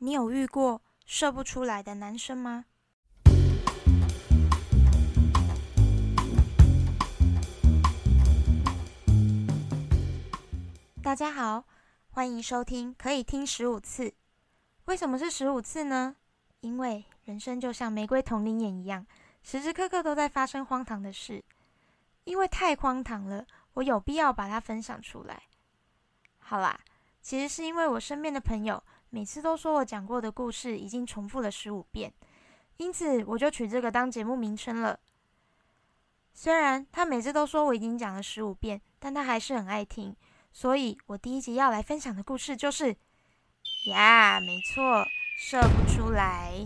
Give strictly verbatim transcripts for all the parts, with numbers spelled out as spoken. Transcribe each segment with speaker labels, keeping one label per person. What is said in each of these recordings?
Speaker 1: 你有遇过射不出来的男生吗？大家好，欢迎收听可以听十五次。为什么是十五次呢？因为人生就像玫瑰瞳铃眼一样，时时刻刻都在发生荒唐的事。因为太荒唐了，我有必要把它分享出来。好啦，其实是因为我身边的朋友每次都说我讲过的故事已经重复了十五遍，因此我就取这个当节目名称了。虽然他每次都说我已经讲了十五遍，但他还是很爱听，所以我第一集要来分享的故事就是呀，没错，射不出来。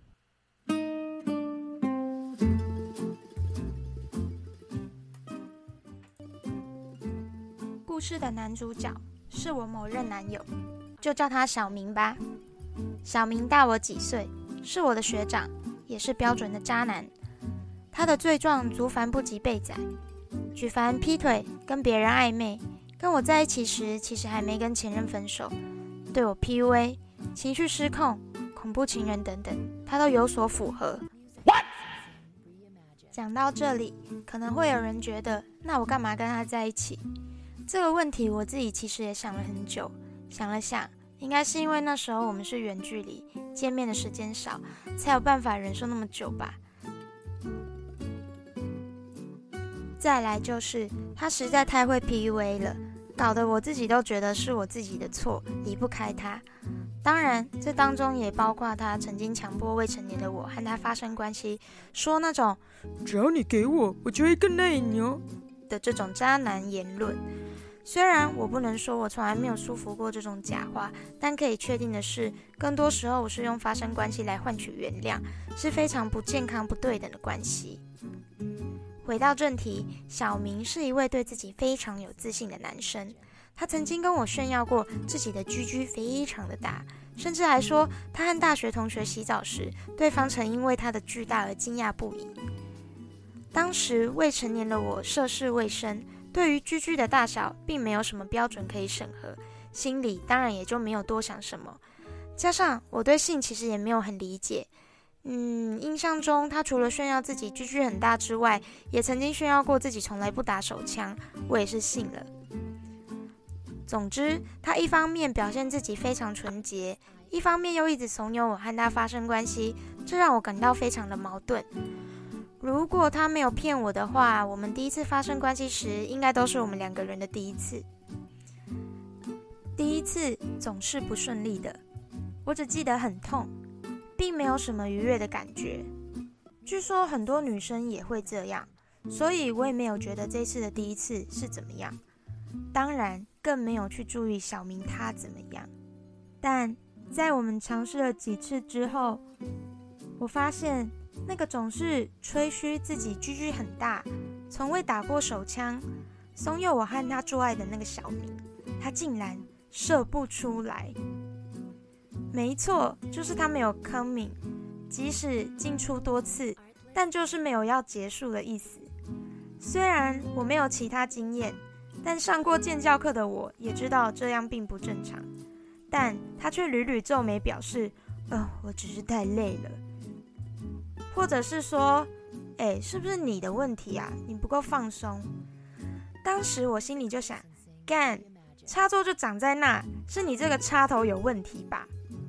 Speaker 1: 故事的男主角是我某任男友，就叫他小明吧。小明大我几岁，是我的学长，也是标准的渣男。他的罪状族繁不及备载，举凡劈腿、跟别人暧昧、跟我在一起时其实还没跟前任分手、对我 P U A、情绪失控、恐怖情人等等，他都有所符合。讲到这里，可能会有人觉得，那我干嘛跟他在一起？这个问题我自己其实也想了很久，想了想，应该是因为那时候我们是远距离，见面的时间少，才有办法忍受那么久吧。再来就是他实在太会 P U A 了，搞得我自己都觉得是我自己的错，离不开他。当然，这当中也包括他曾经强迫未成年的我和他发生关系，说那种只要你给我，我就会更爱你哦的这种渣男言论。虽然我不能说我从来没有舒服过这种假话，但可以确定的是，更多时候我是用发生关系来换取原谅，是非常不健康不对等的关系。回到正题，小明是一位对自己非常有自信的男生，他曾经跟我炫耀过自己的 G G 非常的大，甚至还说他和大学同学洗澡时，对方曾因为他的巨大而惊讶不已。当时未成年的我涉世未深，对于 G G 的大小并没有什么标准可以审核，心里当然也就没有多想什么。加上我对性其实也没有很理解，嗯，印象中他除了炫耀自己 G G 很大之外，也曾经炫耀过自己从来不打手枪，我也是信了。总之，他一方面表现自己非常纯洁，一方面又一直怂恿我和他发生关系，这让我感到非常的矛盾。如果他没有骗我的话，我们第一次发生关系时，应该都是我们两个人的第一次。第一次总是不顺利的，我只记得很痛，并没有什么愉悦的感觉。据说很多女生也会这样，所以我也没有觉得这次的第一次是怎么样。当然，更没有去注意小明他怎么样。但在我们尝试了几次之后，我发现那个总是吹嘘自己 G G 很大，从未打过手枪，怂恿我和他做爱的那个小明，他竟然射不出来。没错，就是他没有 coming， 即使进出多次，但就是没有要结束的意思。虽然我没有其他经验，但上过健教课的我也知道这样并不正常。但他却屡屡皱眉表示，呃，我只是太累了。或者是说，哎，是不是你的问题啊？你不够放松。当时我心里就想，干，插座就长在那，是你这个插头有问题吧？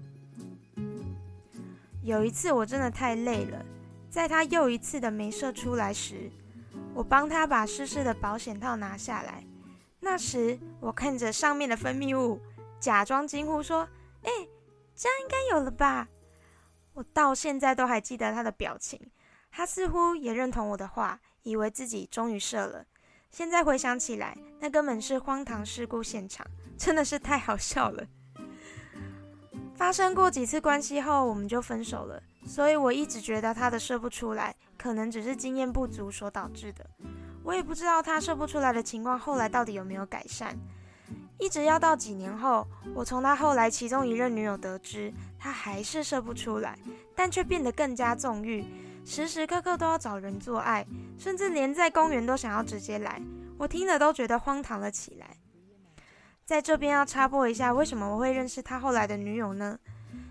Speaker 1: 有一次我真的太累了，在他又一次的没射出来时，我帮他把湿湿的保险套拿下来。那时我看着上面的分泌物，假装惊呼说，哎，这样应该有了吧？我到现在都还记得他的表情，他似乎也认同我的话，以为自己终于射了。现在回想起来，那根本是荒唐事故现场，真的是太好笑了。发生过几次关系后，我们就分手了，所以我一直觉得他的射不出来，可能只是经验不足所导致的。我也不知道他射不出来的情况后来到底有没有改善。一直要到几年后，我从他后来其中一任女友得知，他还是射不出来，但却变得更加纵欲，时时刻刻都要找人做爱，甚至连在公园都想要直接来。我听了都觉得荒唐了起来。在这边要插播一下，为什么我会认识他后来的女友呢？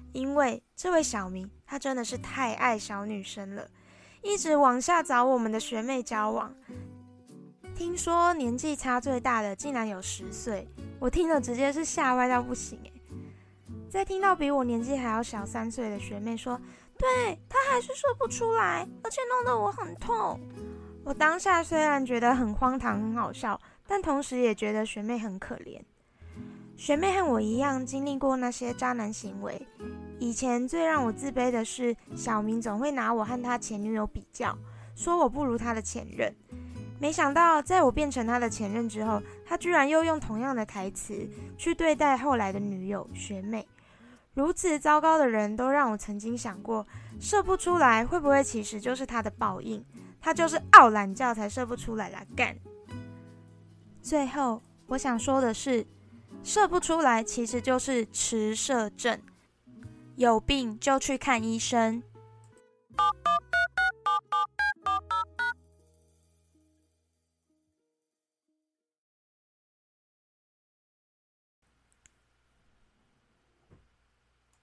Speaker 1: 因为这位小明他真的是太爱小女生了，一直往下找我们的学妹交往。听说年纪差最大的竟然有十岁，我听了直接是吓歪到不行耶。再听到比我年纪还要小三岁的学妹说，对，她还是射不出来，而且弄得我很痛。我当下虽然觉得很荒唐很好笑，但同时也觉得学妹很可怜。学妹和我一样经历过那些渣男行为，以前最让我自卑的是小明总会拿我和他前女友比较，说我不如他的前任。没想到在我变成他的前任之后，他居然又用同样的台词去对待后来的女友学妹。如此糟糕的人都让我曾经想过，射不出来会不会其实就是他的报应，他就是傲懒觉才射不出来啦干。最后我想说的是，射不出来其实就是迟射症，有病就去看医生。